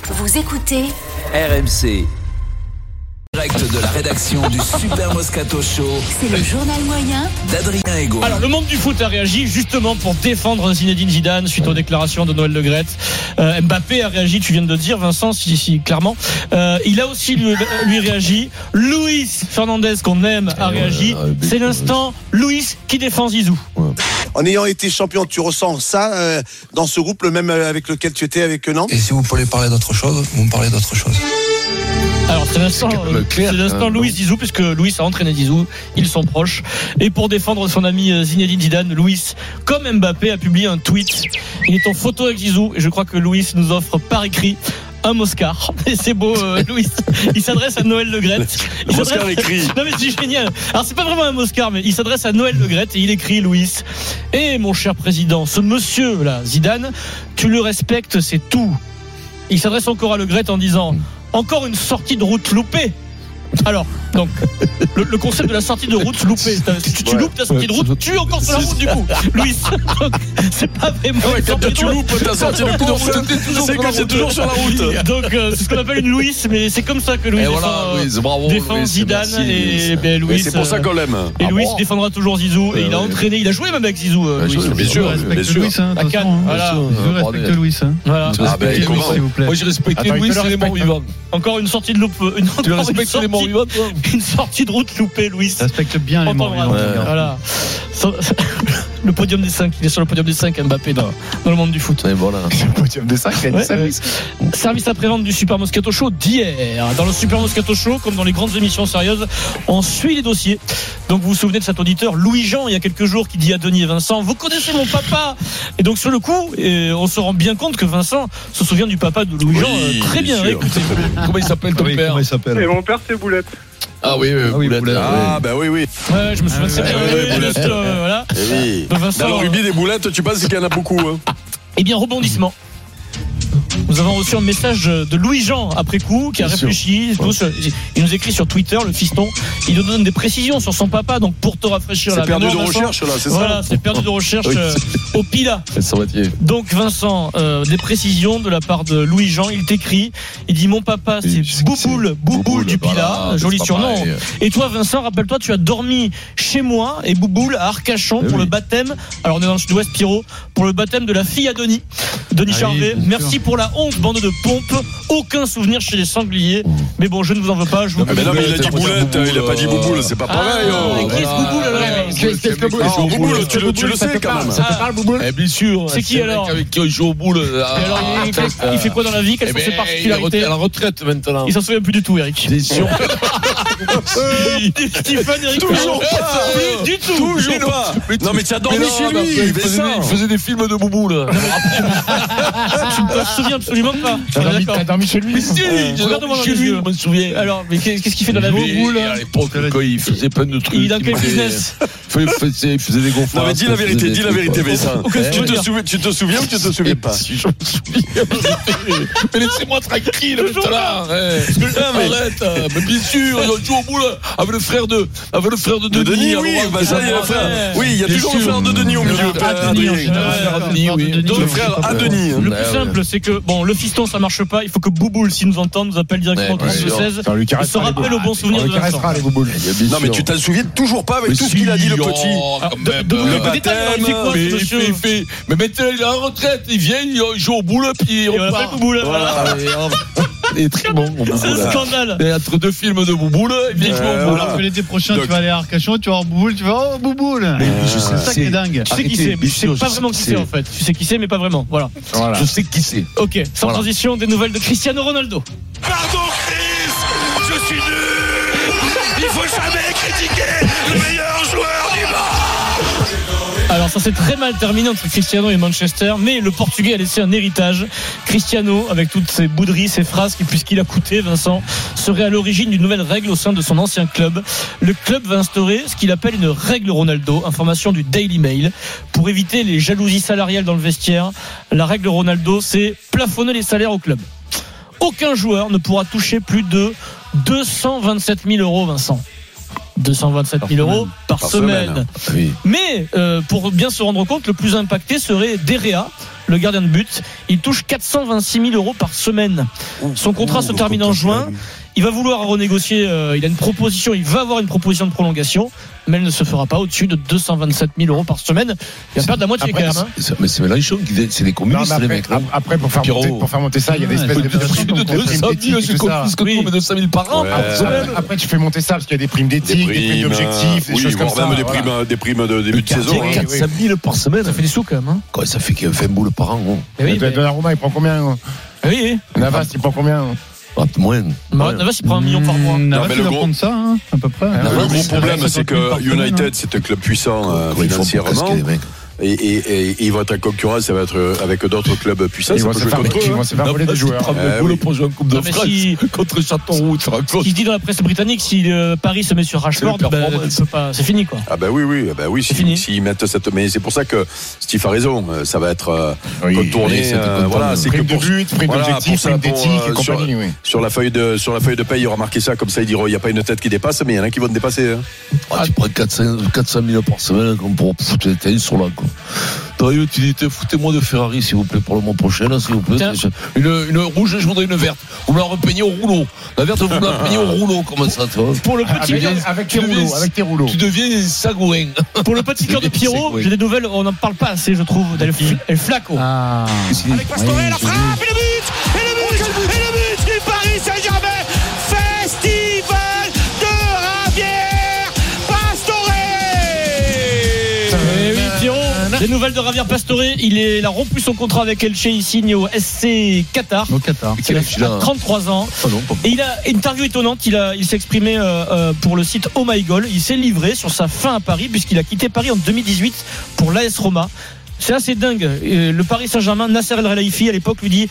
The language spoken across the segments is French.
Vous écoutez RMC. Direct de la rédaction du Super Moscato Show. C'est le journal moyen d'Adrien Egaud. Alors, le monde du foot a réagi justement pour défendre Zinedine Zidane suite aux déclarations de Noël Le Graët. Mbappé a réagi, tu viens de le dire, Vincent, si clairement. Il a aussi lui réagi. Luis Fernandez, qu'on aime, a réagi. C'est l'instant Luis qui défend Zizou. En ayant été champion, tu ressens ça dans ce groupe, le même avec lequel tu étais avec Nantes. Et si vous voulez parler d'autre chose, vous me parlez d'autre chose. Alors c'est l'instant Luis Zizou, puisque Luis a entraîné Zizou, ils sont proches. Et pour défendre son ami Zinedine Zidane, Luis, comme Mbappé, a publié un tweet. Il est en photo avec Zizou et je crois que Luis nous offre par écrit un Moscar. Et c'est beau, Luis. Il s'adresse à Noël Le Graët. Le Moscar écrit. Non mais c'est génial. Alors c'est pas vraiment un Moscar, mais il s'adresse à Noël Le Graët et il écrit: Luis, et mon cher président, ce monsieur là, Zidane, tu le respectes, c'est tout. Il s'adresse encore à Le Graët en disant: encore une sortie de route loupée. Alors, donc, le concept de la sortie de route loupée, tu loupes ta sortie de route, tu es encore sur la route du coup, Luis. Donc, c'est pas vraiment. Quand tu loupes ta sortie de route, c'est que c'est toujours sur la route. Donc, c'est ce qu'on appelle une Luis, mais c'est comme ça que Luis défend Zidane. Et Luis, c'est pour ça qu'on l'aime. Et Luis défendra toujours Zizou. Et il a entraîné, il a joué même avec Zizou. Bien sûr, bien sûr. À Cannes, voilà. Je respecte Luis. Voilà. S'il vous plaît. Moi j'ai respecté Louis, c'est les morts vivants. Encore une sortie de loupe. Tu le respectes les morts vivants, toi? Une sortie de route loupée, Luis. Respecte bien les morts vivants. Voilà. Le podium des 5, il est sur le podium des 5, Mbappé, dans le monde du foot. Et voilà. Le podium des 5, il a dit service. Service après-vente du Super Moscato Show d'hier. Dans le Super Moscato Show, comme dans les grandes émissions sérieuses, on suit les dossiers. Donc vous vous souvenez de cet auditeur Louis-Jean, il y a quelques jours, qui dit à Denis et Vincent: vous connaissez mon papa? Et donc sur le coup, on se rend bien compte que Vincent se souvient du papa de Louis-Jean. Très bien, écoutez. Comment il s'appelle ton père? Et mon père, c'est Boulette. Ah oui, Boulette. Ah bah oui. Ouais, je me souviens de ça. Voilà. Oui. Vincent, Dans le rugby des boulettes, tu penses qu'il y en a beaucoup. Eh bien, rebondissement. Nous avons reçu un message de Louis-Jean après coup, qui a réfléchi. Il nous écrit sur Twitter, le fiston. Il nous donne des précisions sur son papa. Donc pour te rafraîchir la mémoire, c'est perdu de Vincent, recherche là, c'est ça? Voilà, c'est perdu de recherche au Pila. Donc Vincent, des précisions de la part de Louis-Jean. Il t'écrit, il dit: mon papa c'est Bouboule du Pila, voilà, joli surnom. Et toi Vincent, rappelle-toi, tu as dormi chez moi et Bouboule à Arcachon pour le baptême. Alors on est dans le sud-ouest, Pierrot, pour le baptême de la fille à Denis Charvet. Merci pour la honte, bande de pompes. Aucun souvenir chez les sangliers. Mais bon, je ne vous en veux pas. Je vous mais non, mais il a dit Boulette, il a pas dit Bouboule, c'est pas pareil. Qui est Bouboule alors? Bouboule, tu le sais quand même. Ça te parle, Bouboule? Bien sûr. C'est qui alors? Avec qui on joue au boule. Alors, il fait quoi dans la vie? Quelles sont ses particularités? À la retraite maintenant. Il s'en souvient plus du tout, Eric. Bien sûr. Stephen, Eric. Toujours pas. Plus du tout. Toujours pas. Non mais tu as dormi chez lui. Il faisait des films de Bouboule. Tu ne te souviens absolument pas. T'as dormi chez lui? Regarde-moi dans les yeux. Je me souviens. Alors, mais qu'est-ce qu'il fait dans la vie? À l'époque, quand il faisait plein de trucs. Il est dans quel business? Il faisait des gonflages. Non mais dis la vérité, Vincent. Tu te souviens ou tu te souviens pas? Si je me souviens. Mais laissez-moi tranquille maintenant. Arrête. Mais bien sûr, on joue au boule avec le frère de Denis. Oui, bah ça, il y a le frère. Oui, il y a toujours le frère de Denis au milieu. Le frère à Denis. Le plus simple, c'est que bon, le fiston ça marche pas. Il faut que Bouboule, s'il nous entend, nous appelle directement au 32-16. Il se rappelle au bon souvenir de Vincent. Non mais tu t'en souviens toujours pas avec tout ce qu'il a dit le petit. Le baptême, il fait quoi, ce monsieur? Mais maintenant il est en retraite, il vient, il joue au boule, puis on appelle Bouboule. Il est très bon. C'est un scandale. Et entre deux films de Bouboule, il vient jouer au boule. Alors que l'été prochain, tu vas aller à Arcachon, tu vas voir Bouboule, tu vas oh Bouboule. C'est ça qui est dingue. Tu sais qui c'est, mais tu sais pas vraiment qui c'est en fait. Tu sais qui c'est, mais pas vraiment. Voilà. Je sais qui c'est. Ok, sans transition, des nouvelles de Cristiano Ronaldo. Pardon Chris, je suis nul. Il faut jamais critiquer le meilleur joueur du monde. Alors ça s'est très mal terminé entre Cristiano et Manchester, mais le Portugais a laissé un héritage. Cristiano, avec toutes ses bouderies, ses phrases, qui puisqu'il a coûté, Vincent, serait à l'origine d'une nouvelle règle au sein de son ancien club. Le club va instaurer ce qu'il appelle une règle Ronaldo, information du Daily Mail. Pour éviter les jalousies salariales dans le vestiaire, la règle Ronaldo, c'est plafonner les salaires au club. Aucun joueur ne pourra toucher plus de 227 000 euros, Vincent. 227 000 euros par semaine. Oui. Mais pour bien se rendre compte, le plus impacté serait Derrea, le gardien de but. Il touche 426 000 euros par semaine. Son contrat se termine en juin. Il va vouloir renégocier, il a une proposition, il va avoir une proposition de prolongation, mais elle ne se fera pas au-dessus de 227 000 euros par semaine. Il va perdre la moitié après, quand même. Mais c'est Mélenchon, c'est des communistes, les mecs. Après, pour faire monter ça, il y a des espèces de primes. 200 000, je confisque tout, mais 200 000 par an. Après, tu fais monter ça parce qu'il y a des primes d'éthique, des primes d'objectifs, des choses comme ça. Même des primes de début de saison. 400 000 par semaine. Ça fait des sous quand même. Quoi, ça fait 20 boules par an. Donnarumma, il prend combien? Oui. Navas, il prend combien? Moins. Navas, il prend 1 million par mois. Navas, il va prendre ça, à peu près. Le gros problème, c'est que United, c'est un club puissant financièrement. Et ils vont être en concurrence, ça va être avec d'autres clubs puissants. Ils vont se faire voler des joueurs. Pour jouer en Coupe de France contre Châteauroux. Ce qui se dit dans la presse britannique, si Paris se met sur Rashford, c'est fini quoi. Ah bah oui, s'ils mettent cette, mais c'est pour ça que Steve a raison, ça va être contourné. Voilà, c'est que pour but, prime d'objectif, prime d'éthique et compagnie. Sur la feuille de paye, il y aura marqué ça, comme ça ils diront il n'y a pas une tête qui dépasse, mais il y en a qui vont dépasser. Tu prends 400 000 par semaine comme pour foutre les tennis sur là quoi. Tu dis foutez-moi de Ferrari s'il vous plaît pour le mois prochain là, s'il vous plaît. Une rouge, je voudrais une verte. Vous me la repeignez au rouleau. La verte, vous me la peignez au rouleau. Comment ça, toi? Pour le petit cœur avec tes rouleaux. Tu deviens Sagouin. Pour le petit cœur de Pierrot, j'ai des nouvelles, on n'en parle pas assez, je trouve, El Flaco. Avec Pastore, la frappe et le but du Paris Saint-Germain. Festival de Javier Pastore. Oui, Pierrot. Des nouvelles de Javier Pastore, il a rompu son contrat avec Elche, il signe au SC Qatar. Au Qatar. Il a 33 ans. Et il a une interview étonnante, il s'est exprimé pour le site Oh My Goal. Il s'est livré sur sa fin à Paris puisqu'il a quitté Paris en 2018 pour l'AS Roma. C'est assez dingue. Le Paris Saint-Germain, Nasser El Khelaifi à l'époque lui dit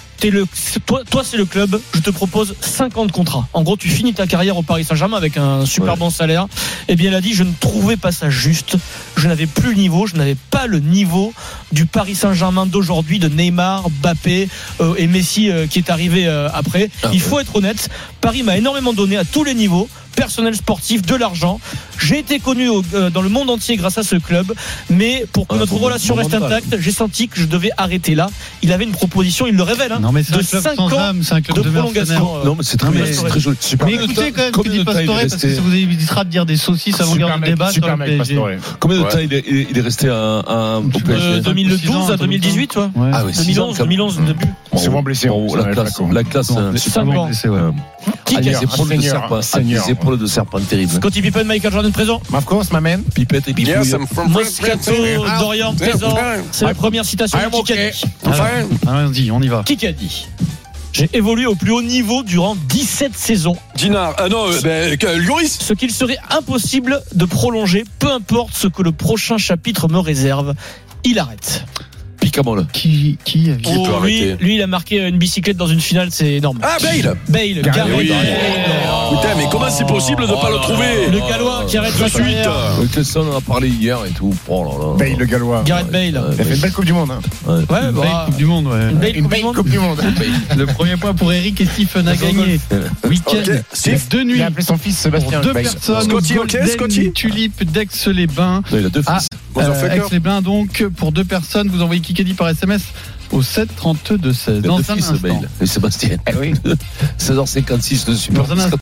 toi c'est le club, je te propose 50 contrats. En gros, tu finis ta carrière au Paris Saint-Germain avec un super bon salaire. Et bien, il a dit, je ne trouvais pas ça juste. Je n'avais plus le niveau, je n'avais pas le niveau du Paris Saint-Germain d'aujourd'hui, de Neymar, Mbappé et Messi qui est arrivé après. Il faut être honnête, Paris m'a énormément donné à tous les niveaux, personnel, sportif, de l'argent. J'ai été connu dans le monde entier grâce à ce club, mais pour que notre relation reste intacte, j'ai senti que je devais arrêter là. Il avait une proposition, il le révèle, non, mais c'est de un club 5 sans ans âme, c'est un club de prolongation. Non, mais c'est très joli. Mais écoutez quand même ce que dit Pastore, parce que ça vous évitera de dire des saucisses avant de garder le débat sur le PSG. Combien de temps il est resté au PSG? 2012 à 2018, toi. Ah oui, 2011 début. Souvent blessé. La classe. 5 ans. Qui a des épaules de serpent terribles. Scottie Pippen, Michael Jordan présent. Mafkos m'amène. Pipette et Pipouille. Moscato, Dorian présent. C'est la première citation de Kikadi. Allons-y, on y va. Kikadi. J'ai évolué au plus haut niveau durant 17 saisons. Dinard, Lloris. Ce qu'il serait impossible de prolonger, peu importe ce que le prochain chapitre me réserve. Il arrête. Picamol. Qui lui, il a marqué une bicyclette dans une finale, c'est énorme. Ah, Bale, Gareth Bale. Putain, mais comment c'est possible de ne pas le trouver? Le Gallois qui arrête sa carrière. Ça, on en a parlé hier et tout. Oh là là. Bale, le Gallois. Gareth Bale. Il a fait une belle Coupe du Monde. Ouais, belle Coupe du Monde, ouais. Une belle Coupe du Monde. Le premier point pour Eric et Stephen a gagné. Week-end. Deux nuits. Il a appelé son fils Sébastien. Deux personnes. Scotty Tulipe d'Aix-les-Bains. Il a deux fils. Aix-les-Bains, donc, pour deux personnes, vous envoyez Kikadi par SMS au 7 32 16. Dans un instant. Et Sébastien. 16h56 de Super.